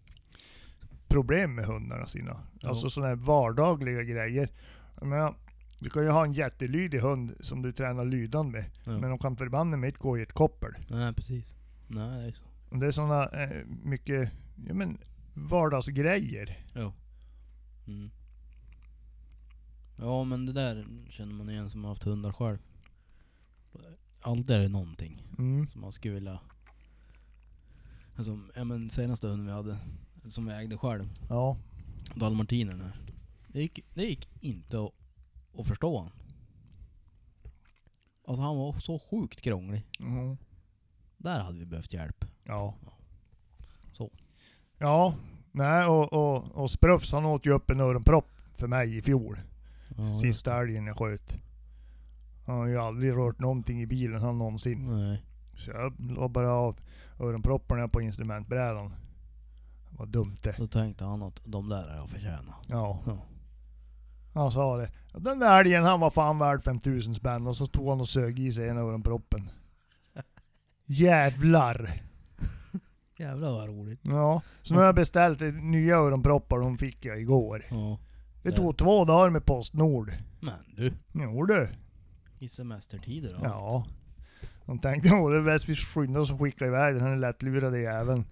problem med hundarna sina. Ja. Alltså sådana här vardagliga grejer. Men Du kan ju ha en jättelydig hund som du tränar lydan med. Ja. Men de kan förbanne med inte gå i ett koppel. Nej, precis. Nej, det är så. Och det är såna mycket vardagsgrejer. Ja. Mm. Ja, men det där känner man igen som har haft hundar själv. Alltid är det någonting Mm. som man skulle vilja... Alltså, senaste hunden vi hade, som vi ägde själv, Ja. dalmartinen där. Det gick inte att förstå han. Alltså han var så sjukt krånglig. Mm. Där hade vi behövt hjälp. Ja. Så. Ja. Nej, och Spruffs han åt ju upp en öronpropp för mig i fjol. Ja, Sista älgen jag sköt. Han har ju aldrig rört någonting i bilen han någonsin. nej. Så jag la bara av öronpropparna på instrumentbrädan. Det var dumt det. Då tänkte han att de där är jag förtjäna. Ja. Ja. Han sa det. Den där älgen han var fan värd 5000 spänn. Och så tog han och sög i sig en öronproppen. Jävlar. Jävlar vad roligt. Ja. Så nu har jag beställt nya öronproppar. De fick jag igår. Ja. Det tog 2 dagar med Postnord. Men du, Jo du. i semestertider då? Ja. De tänkte det är bäst vi skyndar oss och skickar iväg den här lättlurade jäveln.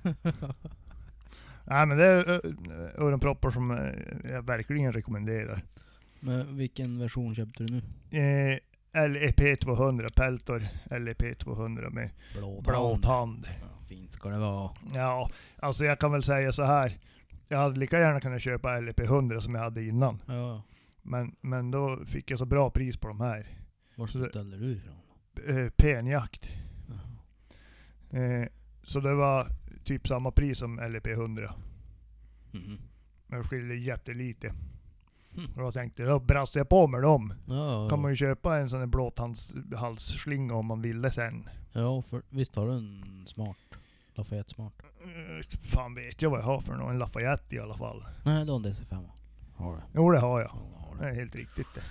Nej men det är öronproppar som jag verkligen rekommenderar. Men vilken version köpte du nu? LEP 200 Peltor. LEP 200 med blå tand. Ja, fint ska det vara. Ja, alltså jag kan väl säga så här. Jag hade lika gärna kunnat köpa LEP 100 som jag hade innan. Ja. Men då fick jag så bra pris på de här. Var Så det- ställde du ifrån? Penjakt. Jaha. Så det var typ samma pris som LEP 100. Mhm. Men det skiljer jättelite. Mm. Och då tänkte jag, då brassade jag på med dem. Ja, Kan man ju köpa en sån här blåtandshalsslinga om man ville sen. ja, för visst har du en smart Lafayette smart? Fan vet jag vad jag har för någon. En Lafayette i alla fall. Nej, du har en DC5. Har du? Jo det har jag. Ja, har Det du. är helt riktigt det.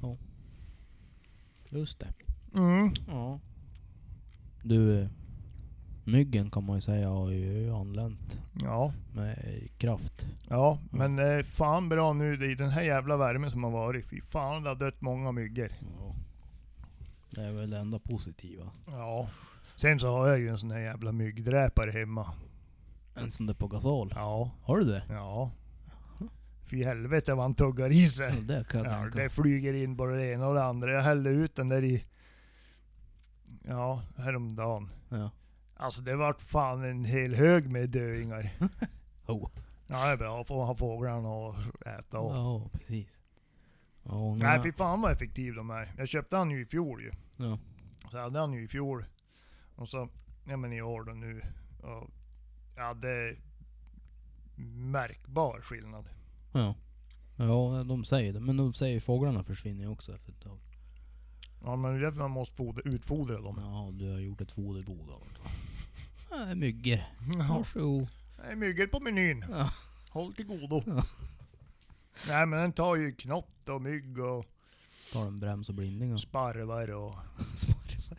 Just det. Mm. Ja. Du, myggen kan man ju säga har ju anlänt Ja. med kraft. Ja, men fan bra nu i den här jävla värmen som har varit. Fy fan det har dött många myggor. Ja. Det är väl det enda positiva. Ja. Sen så har jag ju en sån här jävla myggdräpare hemma. En sån där på gasol. Ja. Har du det? Ja. Fy helvete vad han tuggar i Ja, sig. det kan jag Ja, tänka. det flyger in både det ena och det andra. Jag hällde ut den där i... Ja, häromdagen. Ja. Alltså det var fan en hel hög med döingar. Oh. Ja det är bra att få ha fåglarna och äta och... Ja, precis. Ja, Nej fy fan vad effektiv de är. Jag köpte han ju i fjol ju. Ja. Så hade han ju i fjol. Och så, ja men i år då nu. Och, ja det är märkbar skillnad. Ja. Ja, de säger det. Men de säger fåglarna försvinner ju också efter ett tag. Ja men det är därför man måste utfodra dem. Ja, du har gjort ett foderbod av det. Ja, myggor. Ja, Varsågod. det är myggor på menyn. Ja. Håll till godo. Ja. Nej men den tar ju knott och mygg och Tar en brems och blindning och sparvar och... sparvar.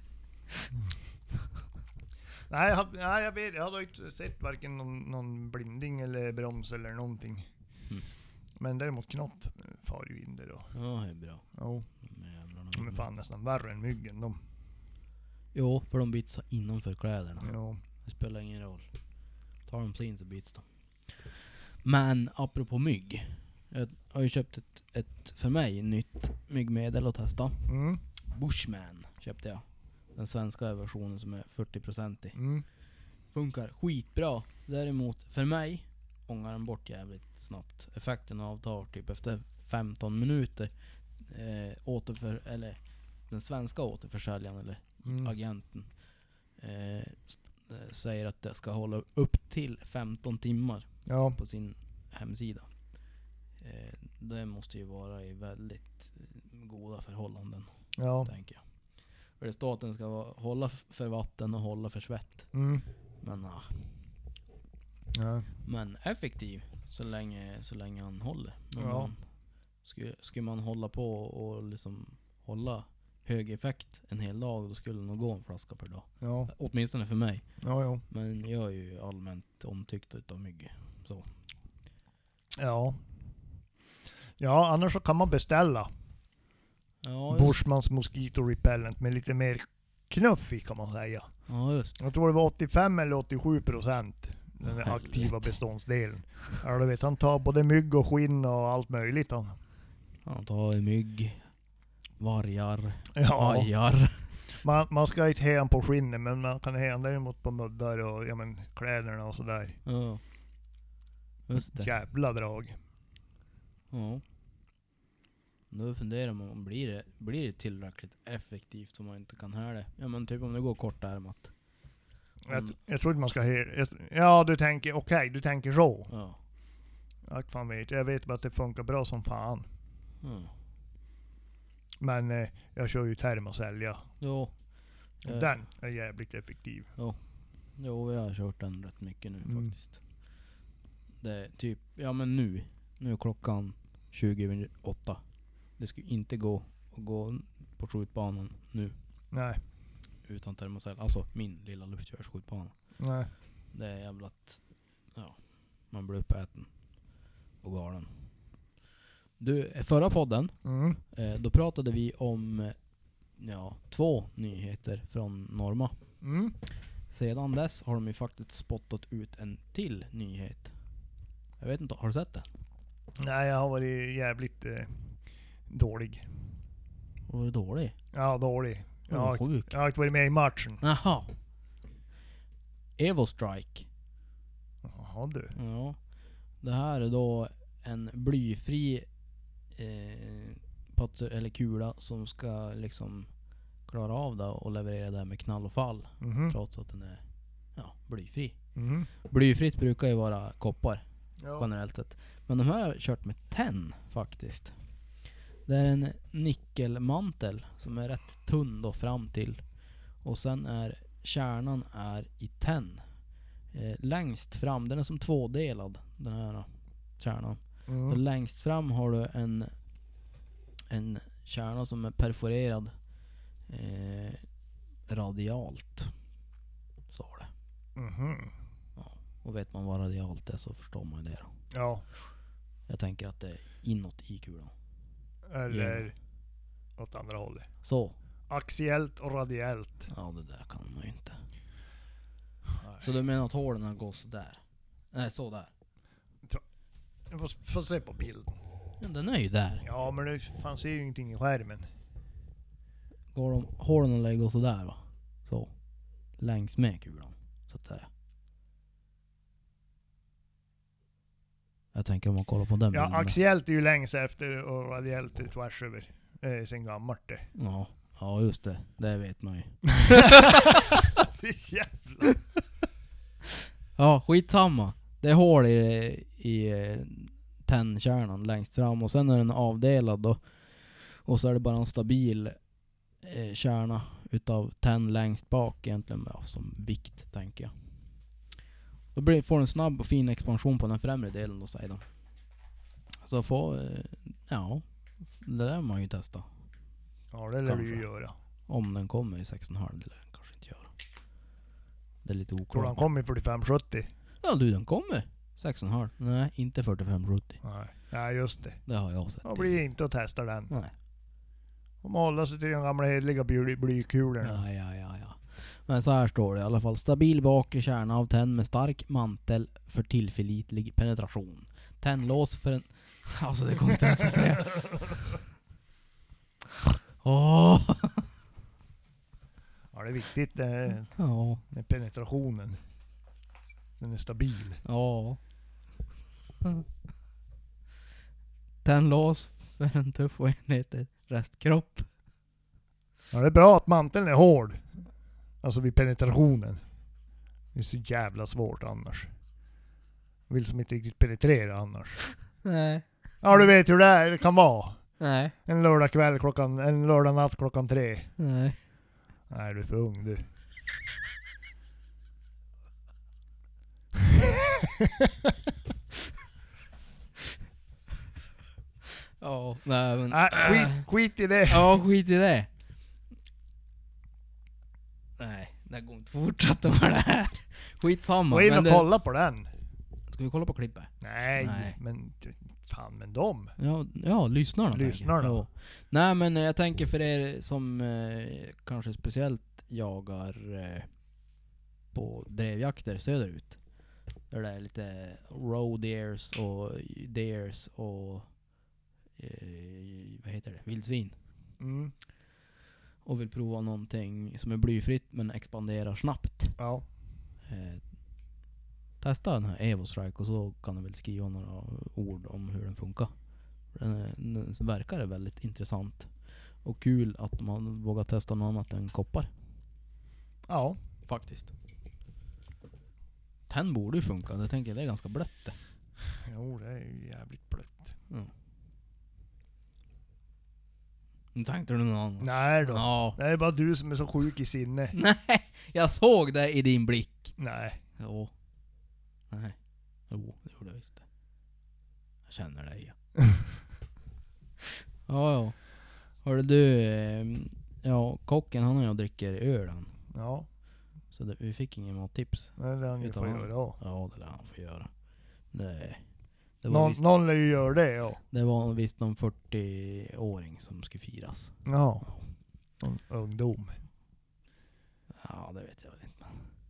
Nej jag vet, jag har inte sett varken någon blinding eller broms eller någonting. Mm. Men däremot knott far ju in där då. Ja, det är bra. Jo, De jävlarna. de är fan nästan värre än myggen de. Jo, för de bits innanför kläderna. Ja. Det spelar ingen roll. Tar de sig in så bits de. Men apropå mygg. Jag har ju köpt ett för mig nytt myggmedel att testa. Mm. Bushman köpte jag. Den svenska versionen som är 40%. Mm. Funkar skitbra. Däremot för mig ångar den bort jävligt snabbt. Effekten avtar typ efter 15 minuter. Eller den svenska återförsäljaren eller Mm. agenten säger att det ska hålla upp till 15 timmar Ja. på sin hemsida. Det måste ju vara i väldigt goda förhållanden, Ja. tänker jag. För det står att den ska hålla för vatten och hålla för svett. Mm. Men, Ja. men effektiv så länge han håller. Men Ja. skulle man hålla på och liksom hålla hög effekt en hel dag, då skulle det nog gå en flaska per dag. Ja. Åtminstone för mig. Ja. Men jag är ju allmänt omtyckt utav mygg. Så. Ja. Ja, annars så kan man beställa. Ja, Bushmans Mosquito Repellent med lite mer knuff i kan man säga. Ja, just. Jag tror det var 85 eller 87%. Den Helvete. aktiva beståndsdelen. Ja, du vet, han tar både mygg och skinn och allt möjligt. Han tar mygg, vargar, Ja, hajar. man ska inte heja på skinnet, men man kan heja däremot på muddar och kläderna och sådär. Ja. Just det. Jävla drag. Ja. Då funderar man om blir det tillräckligt effektivt så man inte kan höra det. Ja men typ om det går kortärmat. Jag tror inte man ska heja. Ja, du tänker, okej, du tänker så. Ja. Jag vet bara att det funkar bra som fan. Ja. Men jag kör ju termosälja. Jo. Den är jävligt effektiv. Jo, vi har kört den rätt mycket nu faktiskt. Det är typ, ja men nu är klockan 20:08. Det skulle inte gå att gå på skjutbanan nu Nej. utan termocell. Alltså min lilla luftgörsskjutbana. Nej. Det är jävla att, ja, man blir uppäten och galen. Du, förra podden, då pratade vi om 2 nyheter från Norma. Sedan dess har de ju faktiskt spottat ut en till nyhet. Jag vet inte, har du sett det? Nej, jag har varit jävligt dålig. Var det dålig? Ja, dålig. Jag har inte varit med i matchen. Jaha. Evo Strike. Jaha du. Ja. Det här är då en blyfri eller kula som ska liksom klara av det och leverera det med knall och fall. Trots att den är blyfri. Blyfritt brukar ju vara koppar generellt sett. Men de här har kört med tenn faktiskt. Det är en nickelmantel som är rätt tunn då fram till. Och sen är kärnan är i tenn. Längst fram, den är som tvådelad den här kärnan. Så längst fram har du en kärna som är perforerad radialt. Så är det. Ja, och vet man vad radialt är så förstår man det då. Ja. Jag tänker att det är inåt i kulan. Eller åt andra hållet. Så. Axiellt och radiellt. Ja, det där kan man ju inte. Nej. Så du menar att hålen går så där? Nej, så där. Jag får se på bilden. Ja, den är ju där. Ja, men det fanns ju ingenting i skärmen. Går hålen lägger så där va? Så. Längs med kulan. Så att säga. Jag tänker om man kollar på den bilden. Ja, axiellt är ju längst efter och radiellt är tvärs över. Det är sen gammalt det. Ja, just det. Det vet man ju. Jävlar. Ja, skitsamma. Det är hål i tennkärnan längst fram och sen är den avdelad då. Och så är det bara en stabil kärna utav tenn längst bak egentligen som vikt tänker jag. Då får en snabb och fin expansion på den främre delen då säger de. Så det där man ju testa. Ja, det lär du ju göra. Om den kommer i 6,5 det lär den kanske inte göra. Det är lite oklart. Tror den kommer i 45-70? Ja du, den kommer 6,5. Nej, inte 45-70. Nej, just det. Det har jag sett. Det blir inte att testa den. Nej. Om man håller sig till de gamla hedliga blykulorna. Ja. Men så här står det i alla fall. Stabil bakre kärna av tenn med stark mantel för tillförlitlig penetration. Tennlås för en... Alltså det går inte ens att säga. Åh! Ja, det är viktigt med penetrationen. Den är stabil. Ja. Tennlås för en tuff och enhetlig restkropp. Ja, det är bra att manteln är hård. Alltså vid penetrationen. Det är så jävla svårt annars. Jag vill som inte riktigt penetrera annars. Nej. Ja, du vet hur det kan vara. Nej. En lördag natt klockan 3. Nej. Nej, du är för ung du. Ja, nej men... Skit i det. Ja, skit i det. Nej, det går inte fortsätta med det här. Skitsamma. Gå in och kolla på den. Ska vi kolla på klippet? Nej. Men fan, men de. Ja, lyssnarna. Lyssnarna. Ja. Nej, men jag tänker för er som kanske speciellt jagar på drevjakter söderut. Där det är lite roe deers och deers och vad heter det? Vildsvin. Mm. Och vill prova någonting som är blyfritt men expanderar snabbt. Ja. Testa den här Evostrike och så kan du väl skriva några ord om hur den funkar. Den verkar väldigt intressant. Och kul att man vågar testa något annat än koppar. Ja. Faktiskt. Den borde ju funka. Jag tänker det är ganska blött det. Jo, det är ju jävligt blött. Ja. Nu tänkte du någon annan? Nej då. Ja. Det är bara du som är så sjuk i sinne. Nej, jag såg det i din blick. Nej. Jo. Nej. Jo, det gjorde jag visst det. Jag känner dig. Ja. Hörde du, ja, kocken han och jag dricker öl han. Ja. Så det, vi fick ingen mattips. Det är det han ju Utan får han- göra då. Ja, det lär han få göra. Det var visst, Någon lär ju göra det, ja. det var visst någon 40-åring som skulle firas. Ja. Någon ungdom. Ja, det vet jag väl inte.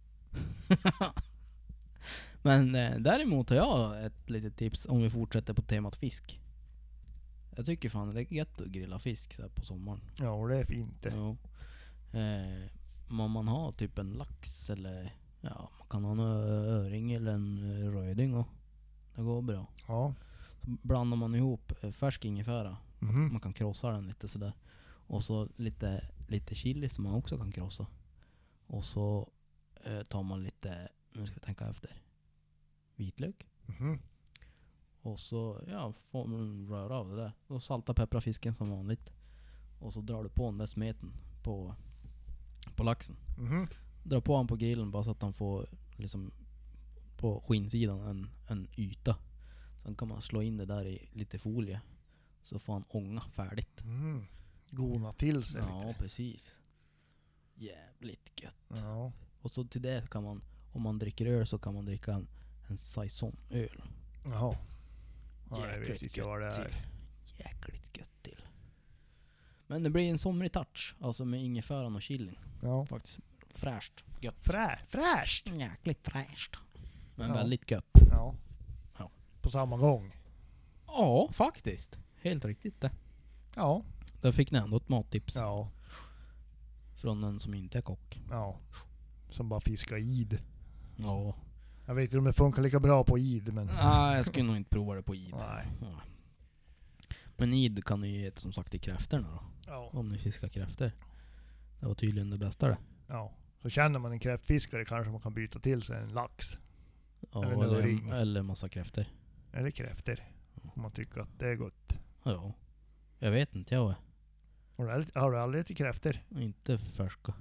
Men däremot har jag ett litet tips om vi fortsätter på temat fisk. Jag tycker fan det är gött att grilla fisk så här på sommaren. Ja, det är fint det. Jo. Om man har typ en lax eller ja, man kan ha en öring eller en röding och det går bra. Ja. Så blandar man ihop färsk ingefära. Mhm. Man kan krossa den lite sådär. Och så lite chili som man också kan krossa. Och så tar man lite, nu ska jag tänka efter, vitlök. Mhm. Och så ja, får man röra av det där. Och salta peppra fisken som vanligt. Och så drar du på den där smeten på laxen. Mhm. Dra på han på grillen bara så att han får liksom på skinnsidan en yta. Sen kan man slå in det där i lite folie. Så får han ånga färdigt. Mhm. Gona till sig Ja, lite. precis. Jävligt gött. Ja. Och så till det kan man, om man dricker öl så kan man dricka en saison-öl. Jaha. Ja, jag Jäkligt vet inte vad det gött är. till. Jäkligt gött till. Men det blir en somrig touch. Alltså med ingefäran och chilin. Ja. Faktiskt fräscht. Gött. Fräscht. Jäkligt fräscht. Men Ja. väldigt gött. Ja. Ja. På samma gång. Ja, faktiskt. Helt riktigt det. Ja. Där fick ni ändå ett mattips. Ja. Från en som inte är kock. Ja. Som bara fiskar id. Ja. Jag vet inte om det funkar lika bra på id, men... Nej, jag skulle nog inte prova det på id. Nej. Ja. Men id kan ni ju ge som sagt till kräftorna då. Ja. Om ni fiskar kräftor. Det var tydligen det bästa det. Ja. Så känner man en kräftfiskare kanske man kan byta till sig en lax. Ja, Eller en öring. eller massa kräftor. Eller kräftor. Om man tycker att det är gott. Ja. Jag vet inte, jag Har du aldrig ätit kräftor? är inte färska.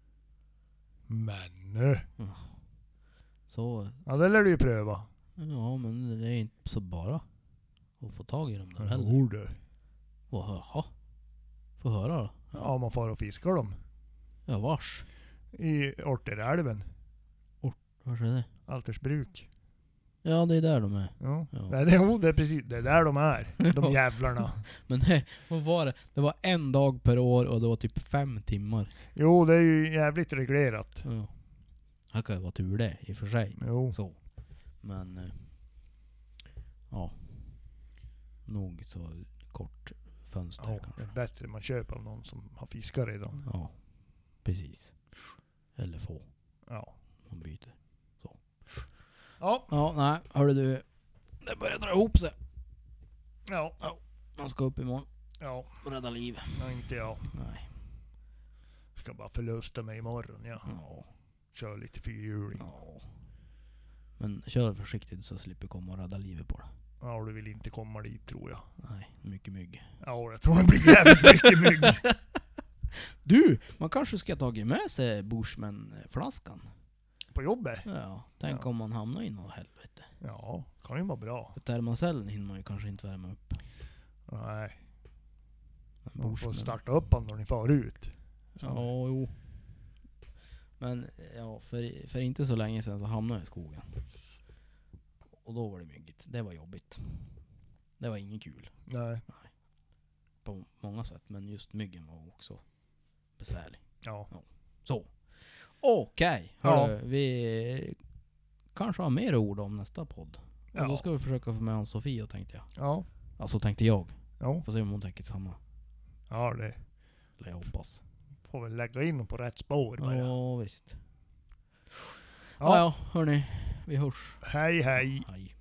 Men... Så, Ja, det lär du ju pröva. ja men det är inte så bara att få tag i dem där heller. Jo du. Jaha. Få höra då. Ja, man får och fiskar dem. Ja, vars. I Orterälven. Vars är det? Altersbruk. Ja, det är där de är. Ja. Ja. Nej, det är precis. Det är där de är. De jävlarna. Men vad var det? Det var en dag per år och det var typ 5 timmar. Jo, det är ju jävligt reglerat. Ja. Det kan ju vara tur det i och för sig. Jo. Så. Men ja. Nog så kort fönster Ja, det kanske. är bättre man köper av någon som har fiskat redan. Ja. Precis. Eller få. Ja. Man byter. Ja. Ja, nej. Hörru du. Det börjar dra ihop sig. Ja. Man ska upp imorgon Ja. och rädda liv. Nej, inte jag. Nej. Ska bara förlusta mig imorgon, ja. Ja. Kör lite fyrhjuling. Ja. Men kör försiktigt så slipper komma och rädda livet på det. Ja, du vill inte komma dit, tror jag. Nej, mycket mygg. Ja, jag tror det blir jävligt mycket mygg. Du, man kanske ska ta med sig Bushman-flaskan. På jobbet? Ja, tänk Ja. om man hamnar i något helvete. Ja, kan ju vara bra. För termocellen hinner man ju kanske inte värma upp. Nej, Men man får Bushman- starta upp den när ni far ut. Ja, jo. Men ja, för inte så länge sedan så hamnade jag i skogen. Och då var det myggigt. Det var jobbigt. Det var ingen kul. Nej. På många sätt. Men just myggen var också besvärlig. Ja. Så. Okej. Ja. Vi kanske har mer ord om nästa podd. Och Ja. då ska vi försöka få med Ann-Sofie, tänkte jag. Ja. Alltså tänkte jag. Ja. Får se om hon tänker samma. Ja, det Eller jag hoppas. får väl lägga in på rätt spår bara. Ja, visst. Ja. Ja, hörni. Vi hörs. Hej hej. Hej.